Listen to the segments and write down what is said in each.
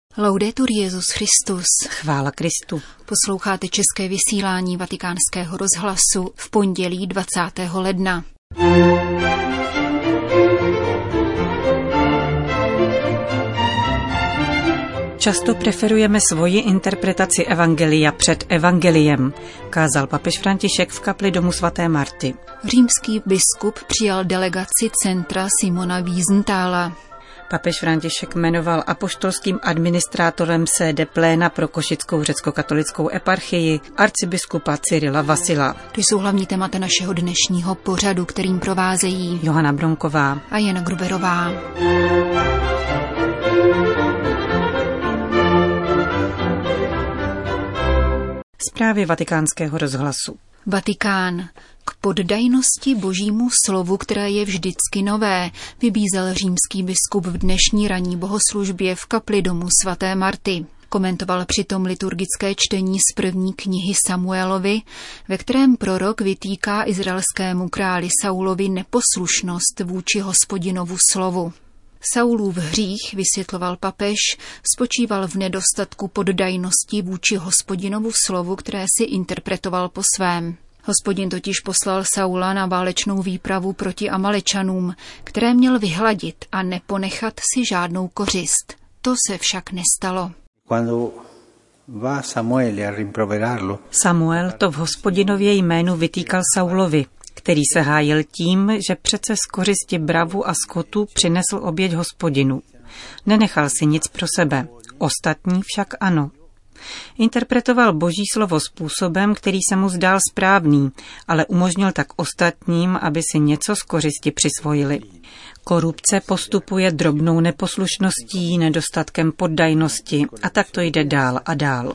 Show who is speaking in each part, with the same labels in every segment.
Speaker 1: Laudetur Jesus Christus.
Speaker 2: Chvála Kristu.
Speaker 1: Posloucháte české vysílání Vatikánského rozhlasu v pondělí 20. ledna.
Speaker 2: Často preferujeme svoji interpretaci evangelia před evangeliem, kázal papež František v kapli domu svaté Marty.
Speaker 1: Římský biskup přijal delegaci centra Simona Wiesenthala.
Speaker 2: Papež František jmenoval apoštolským administrátorem sede pléna pro košickou řeckokatolickou eparchii arcibiskupa Cyrila Vasila.
Speaker 1: To jsou hlavní témata našeho dnešního pořadu, kterým provázejí
Speaker 2: Johana Bronková
Speaker 1: a Jana Gruberová.
Speaker 2: Zprávy Vatikánského rozhlasu.
Speaker 1: Vatikán. K poddajnosti Božímu slovu, které je vždycky nové, vybízel římský biskup v dnešní ranní bohoslužbě v kapli domu svaté Marty. Komentoval přitom liturgické čtení z první knihy Samuelovi, ve kterém prorok vytýká izraelskému králi Saulovi neposlušnost vůči Hospodinovu slovu. Saulův hřích, vysvětloval papež, spočíval v nedostatku poddajnosti vůči Hospodinovu slovu, které si interpretoval po svém. Hospodin totiž poslal Saula na válečnou výpravu proti Amalečanům, které měl vyhladit a neponechat si žádnou kořist. To se však nestalo.
Speaker 2: Samuel to v Hospodinově jménu vytýkal Saulovi, který se hájil tím, že přece z kořisti bravu a skotu přinesl oběť Hospodinu. Nenechal si nic pro sebe, ostatní však ano. Interpretoval Boží slovo způsobem, který se mu zdál správný, ale umožnil tak ostatním, aby si něco z kořisti přisvojili. Korupce postupuje drobnou neposlušností, nedostatkem poddajnosti a tak to jde dál a dál.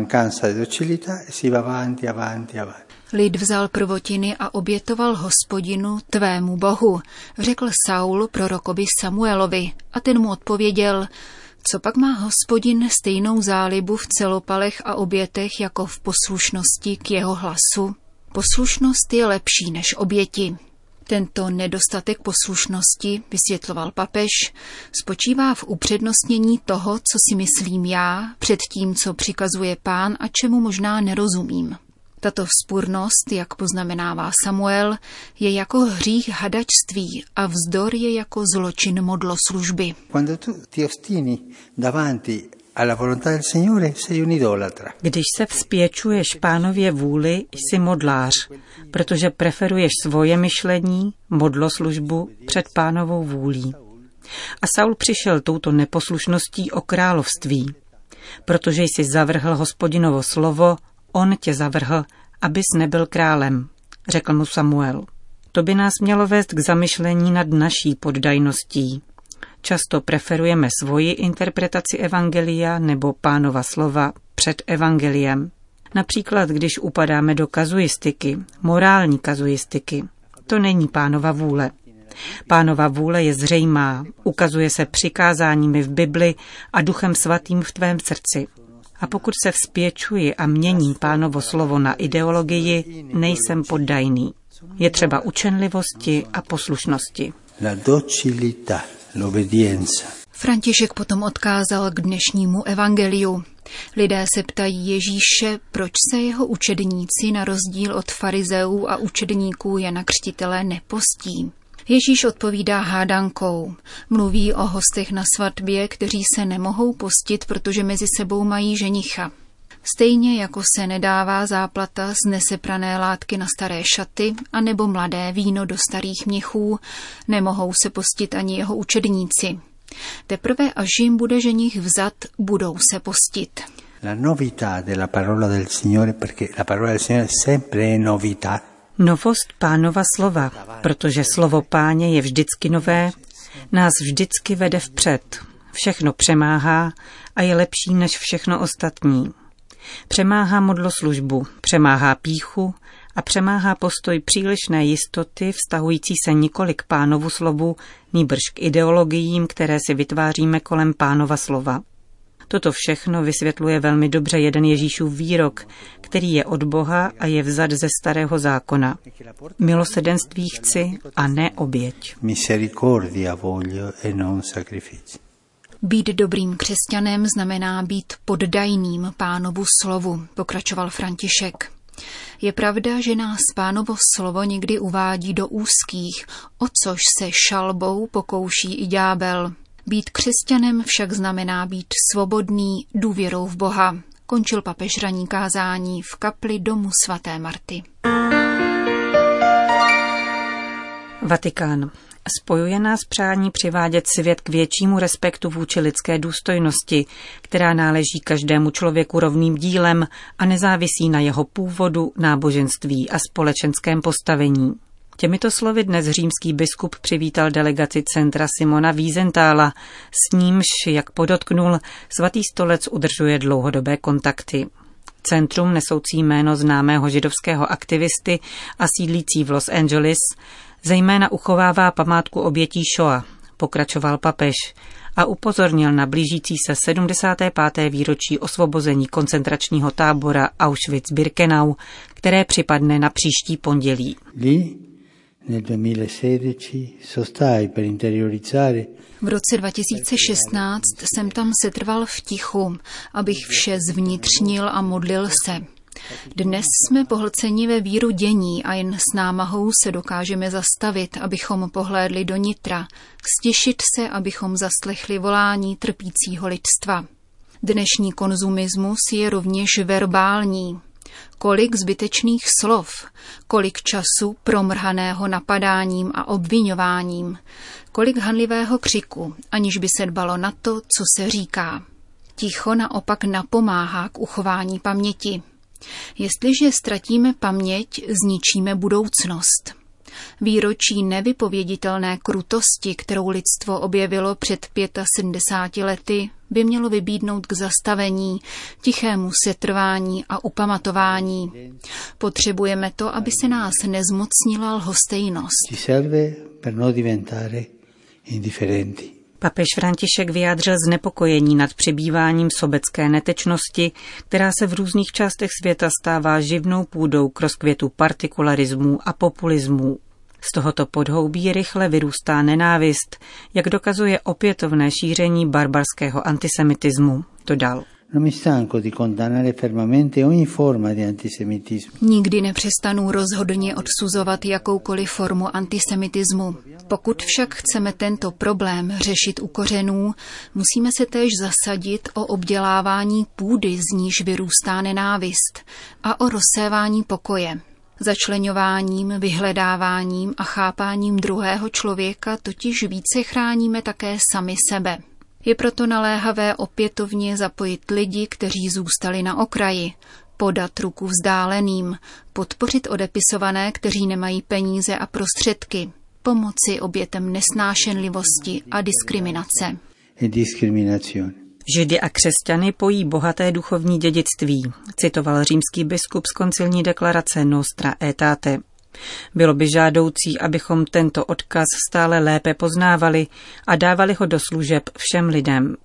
Speaker 1: Lid vzal prvotiny a obětoval Hospodinu, tvému Bohu, řekl Saul prorokovi Samuelovi, a ten mu odpověděl: co pak má Hospodin stejnou zálibu v celopalech a obětech jako v poslušnosti k jeho hlasu? Poslušnost je lepší než oběti. Tento nedostatek poslušnosti, vysvětloval papež, spočívá v upřednostnění toho, co si myslím já, před tím, co přikazuje Pán a čemu možná nerozumím. Tato vzpurnost, jak poznamenává Samuel, je jako hřích hadačství a vzdor je jako zločin modloslužby.
Speaker 2: Když se vzpěčuješ Pánově vůli, jsi modlář, protože preferuješ svoje myšlení, modloslužbu před Pánovou vůlí. A Saul přišel touto neposlušností o království. Protože jsi zavrhl Hospodinovo slovo, on tě zavrhl, abys nebyl králem, řekl mu Samuel. To by nás mělo vést k zamyšlení nad naší poddajností. Často preferujeme svoji interpretaci evangelia nebo Pánova slova před evangeliem. Například, když upadáme do kazuistiky, morální kazuistiky. To není Pánova vůle. Pánova vůle je zřejmá, ukazuje se přikázáními v Bibli a Duchem Svatým v tvém srdci. A pokud se vzpěčuji a mění Pánovo slovo na ideologii, nejsem poddajný. Je třeba učenlivosti a poslušnosti.
Speaker 1: František potom odkázal k dnešnímu evangeliu. Lidé se ptají Ježíše, proč se jeho učedníci na rozdíl od farizeů a učedníků Jana Křtitele nepostí. Ježíš odpovídá hádankou. Mluví o hostech na svatbě, kteří se nemohou postit, protože mezi sebou mají ženicha. Stejně jako se nedává záplata z neseprané látky na staré šaty anebo mladé víno do starých měchů, nemohou se postit ani jeho učedníci. Teprve až jim bude ženich vzat, budou se postit.
Speaker 3: La novità della parola del Signore, perché la parola del Signore sempre è novità.
Speaker 2: Novost Pánova slova, protože slovo Páně je vždycky nové, nás vždycky vede vpřed. Všechno přemáhá a je lepší než všechno ostatní. Přemáhá modloslužbu, přemáhá pýchu a přemáhá postoj přílišné jistoty vztahující se nikoli k Pánovu slovu, nýbrž k ideologiím, které si vytváříme kolem Pánova slova. Toto všechno vysvětluje velmi dobře jeden Ježíšův výrok, který je od Boha a je vzat ze Starého zákona. Milosedenství chci a ne oběť.
Speaker 1: Být dobrým křesťanem znamená být poddajným Pánovu slovu, pokračoval František. Je pravda, že nás Pánovo slovo někdy uvádí do úzkých, o což se šalbou pokouší i ďábel. Být křesťanem však znamená být svobodný důvěrou v Boha, končil papež ranní kázání v kapli domu svaté Marty.
Speaker 2: Vatikán. Spojuje nás přání přivádět svět k většímu respektu vůči lidské důstojnosti, která náleží každému člověku rovným dílem a nezávisí na jeho původu, náboženství a společenském postavení. Těmito slovy dnes římský biskup přivítal delegaci centra Simona Wiesenthala, s nímž, jak podotknul, Svatý stolec udržuje dlouhodobé kontakty. Centrum, nesoucí jméno známého židovského aktivisty a sídlící v Los Angeles, zejména uchovává památku obětí Shoah, pokračoval papež a upozornil na blížící se 75. výročí osvobození koncentračního tábora Auschwitz-Birkenau, které připadne na příští pondělí.
Speaker 1: V roce 2016 jsem tam setrval v tichu, abych vše zvnitřnil a modlil se. Dnes jsme pohlceni ve víru dění a jen s námahou se dokážeme zastavit, abychom pohlédli do nitra, stišit se, abychom zaslechli volání trpícího lidstva. Dnešní konzumismus je rovněž verbální. Kolik zbytečných slov, kolik času promrhaného napadáním a obviňováním, kolik hanlivého křiku, aniž by se dbalo na to, co se říká. Ticho naopak napomáhá k uchování paměti. Jestliže ztratíme paměť, zničíme budoucnost. Výročí nevypověditelné krutosti, kterou lidstvo objevilo před 75 lety, by mělo vybídnout k zastavení, tichému setrvání a upamatování. Potřebujeme to, aby se nás nezmocnila lhostejnost.
Speaker 2: Papež František vyjádřil znepokojení nad přibýváním sobecké netečnosti, která se v různých částech světa stává živnou půdou k rozkvětu partikularismů a populismů. Z tohoto podhoubí rychle vyrůstá nenávist, jak dokazuje opětovné šíření barbarského antisemitismu, dodal.
Speaker 1: Nikdy nepřestanu rozhodně odsuzovat jakoukoliv formu antisemitismu. Pokud však chceme tento problém řešit u kořenů, musíme se též zasadit o obdělávání půdy, z níž vyrůstá nenávist, a o rozsévání pokoje. Začleňováním, vyhledáváním a chápáním druhého člověka totiž více chráníme také sami sebe. Je proto naléhavé opětovně zapojit lidi, kteří zůstali na okraji, podat ruku vzdáleným, podpořit odepisované, kteří nemají peníze a prostředky, pomoci obětem nesnášenlivosti a diskriminace.
Speaker 2: Židy a křesťany pojí bohaté duchovní dědictví, citoval římský biskup z koncilní deklarace Nostra Aetate. Bylo by žádoucí, abychom tento odkaz stále lépe poznávali a dávali ho do služeb všem lidem.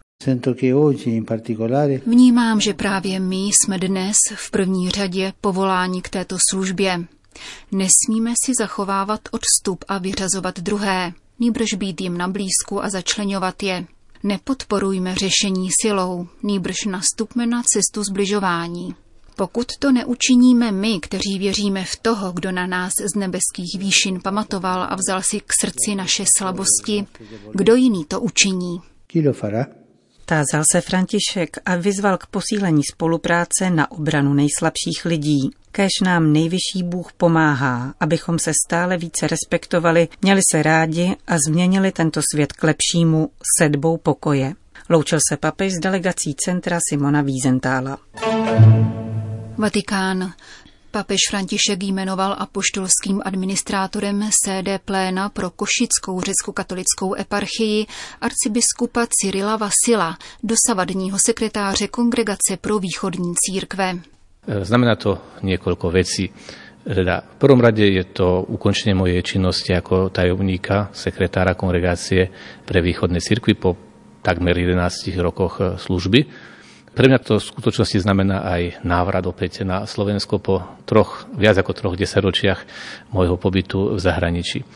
Speaker 1: Vnímám, že právě my jsme dnes v první řadě povoláni k této službě. Nesmíme si zachovávat odstup a vyřazovat druhé, nýbrž být jim na blízku a začleňovat je. Nepodporujme řešení silou, nýbrž nastupme na cestu sbližování. Pokud to neučiníme my, kteří věříme v toho, kdo na nás z nebeských výšin pamatoval a vzal si k srdci naše slabosti, kdo jiný to učiní?
Speaker 2: Tázal se František a vyzval k posílení spolupráce na obranu nejslabších lidí. Kéž nám nejvyšší Bůh pomáhá, abychom se stále více respektovali, měli se rádi a změnili tento svět k lepšímu sedbou pokoje. Loučil se papež s delegací centra Simona Wiesenthala.
Speaker 1: Vatikán. Papež František jmenoval apoštolským administrátorem CD pléna pro košickou řecko-katolickou eparchii arcibiskupa Cyrila Vasila, dosavadního sekretáře Kongregace pro východní církve.
Speaker 4: Znamená to niekoľko vecí. V prvom rade je to ukončenie mojej činnosti ako tajomníka, sekretára Kongregácie pre východné cirkvi po takmer 11 rokoch služby. Pre mňa to v skutočnosti znamená aj návrat opäť na Slovensko po viac ako 3 desaťročiach môjho pobytu v zahraničí.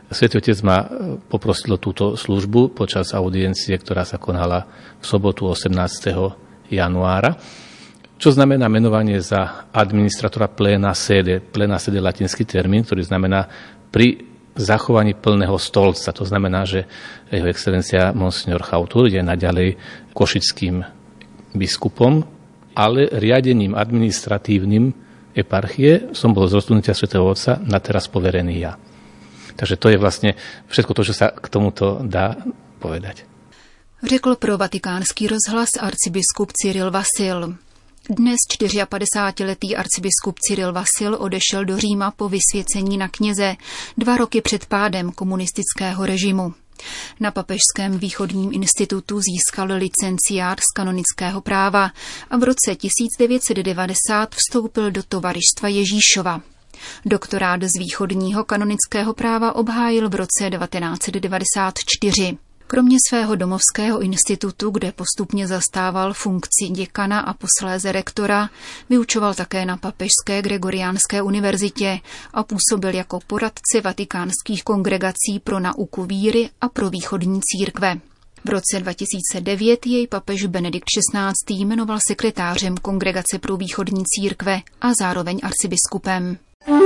Speaker 4: Svätý Otec ma poprosil túto službu počas audiencie, ktorá sa konala v sobotu 18. januára, čo znamená menovanie za administratora plena sede. Plena sede je latinský termín, ktorý znamená pri zachovaní plného stolca. To znamená, že jeho excelencia monsignor Chautur je naďalej košickým biskupom, ale riadením administratívnym eparchie som bol z rozhodnutia svätého Otca na teraz poverený ja. Takže to je vlastne všetko to, čo sa k tomuto dá povedať.
Speaker 1: Řekl pro Vatikánský rozhlas arcibiskup Cyril Vasil. Dnes 54letý arcibiskup Cyril Vasil odešel do Říma po vysvěcení na kněze 2 roky před pádem komunistického režimu. Na Papežském východním institutu získal licenciát z kanonického práva a v roce 1990 vstoupil do Tovarištva Ježíšova. Doktorát z východního kanonického práva obhájil v roce 1994. Kromě svého domovského institutu, kde postupně zastával funkci děkana a posléze rektora, vyučoval také na Papežské Gregoriánské univerzitě a působil jako poradce vatikánských kongregací pro nauku víry a pro východní církve. V roce 2009 jej papež Benedikt XVI. Jmenoval sekretářem Kongregace pro východní církve a zároveň arcibiskupem.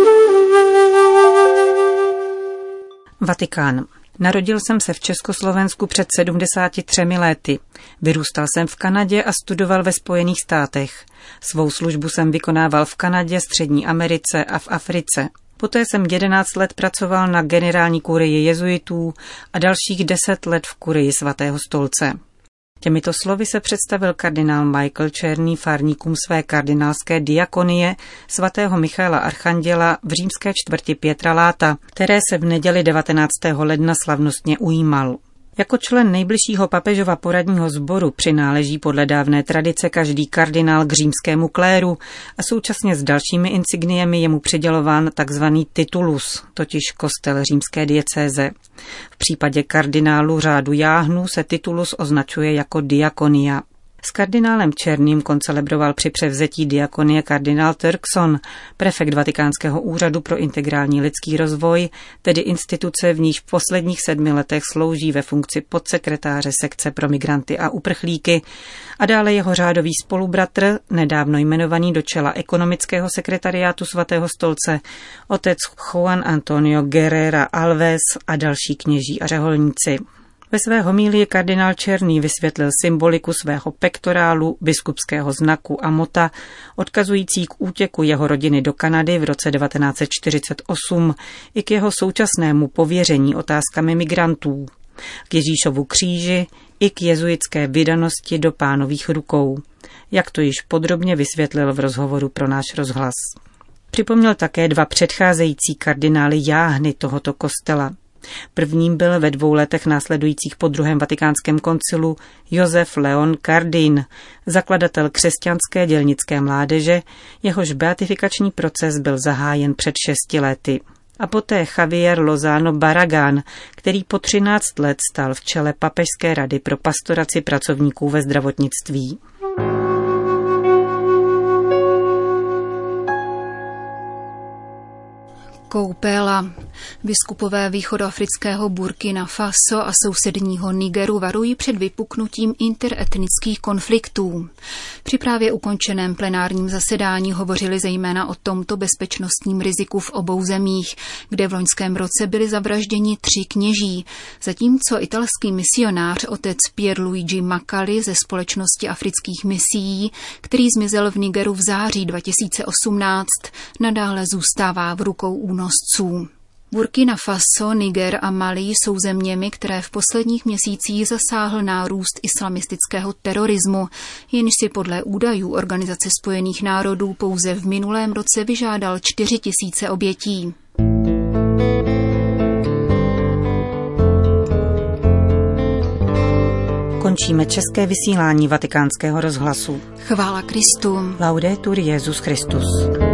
Speaker 2: Vatikán. Narodil jsem se v Československu před 73 lety. Vyrůstal jsem v Kanadě a studoval ve Spojených státech. Svou službu jsem vykonával v Kanadě, Střední Americe a v Africe. Poté jsem 11 let pracoval na generální kurii jezuitů a dalších 10 let v kurii Svatého stolce. Těmito slovy se představil kardinál Michael Černý farníkům své kardinálské diakonie svatého Michaela Archanděla v římské čtvrti Pietra Lata, které se v neděli 19. ledna slavnostně ujímal. Jako člen nejbližšího papežova poradního sboru přináleží podle dávné tradice každý kardinál k římskému kléru a současně s dalšími insigniemi je mu přidělován tzv. Titulus, totiž kostel římské diecéze. V případě kardinálu řádu jáhnů se titulus označuje jako diakonia. S kardinálem Černým koncelebroval při převzetí diakonie kardinál Turkson, prefekt Vatikánského úřadu pro integrální lidský rozvoj, tedy instituce, v níž v posledních 7 letech slouží ve funkci podsekretáře sekce pro migranty a uprchlíky, a dále jeho řádový spolubratr, nedávno jmenovaný do čela ekonomického sekretariátu Svatého stolce, otec Juan Antonio Guerrera Alves a další kněží a řeholníci. Ve své homílii kardinál Černý vysvětlil symboliku svého pektorálu, biskupského znaku a mota, odkazující k útěku jeho rodiny do Kanady v roce 1948 i k jeho současnému pověření otázkami migrantů, k Ježíšovu kříži i k jezuitské vydanosti do Pánových rukou, jak to již podrobně vysvětlil v rozhovoru pro náš rozhlas. Připomněl také 2 předcházející kardinály jáhny tohoto kostela. Prvním byl ve 2 letech následujících po druhém vatikánském koncilu Josef Leon Cardin, zakladatel křesťanské dělnické mládeže, jehož beatifikační proces byl zahájen před 6 lety. A poté Javier Lozano Barragán, který po 13 let stál v čele Papežské rady pro pastoraci pracovníků ve zdravotnictví.
Speaker 1: Koupela. Biskupové východoafrického Burkina Faso a sousedního Nigeru varují před vypuknutím interetnických konfliktů. Při právě ukončeném plenárním zasedání hovořili zejména o tomto bezpečnostním riziku v obou zemích, kde v loňském roce byli zavražděni 3 kněží, zatímco italský misionář otec Pierluigi Macali ze Společnosti afrických misií, který zmizel v Nigeru v září 2018, nadále zůstává v rukou únosců. Burkina Faso, Niger a Mali jsou zeměmi, které v posledních měsících zasáhl nárůst islamistického terorismu, jenž si podle údajů Organizace spojených národů pouze v minulém roce vyžádal 4 000 obětí.
Speaker 2: Končíme české vysílání Vatikánského rozhlasu.
Speaker 1: Chvála Kristu.
Speaker 2: Laudetur Jesus Christus.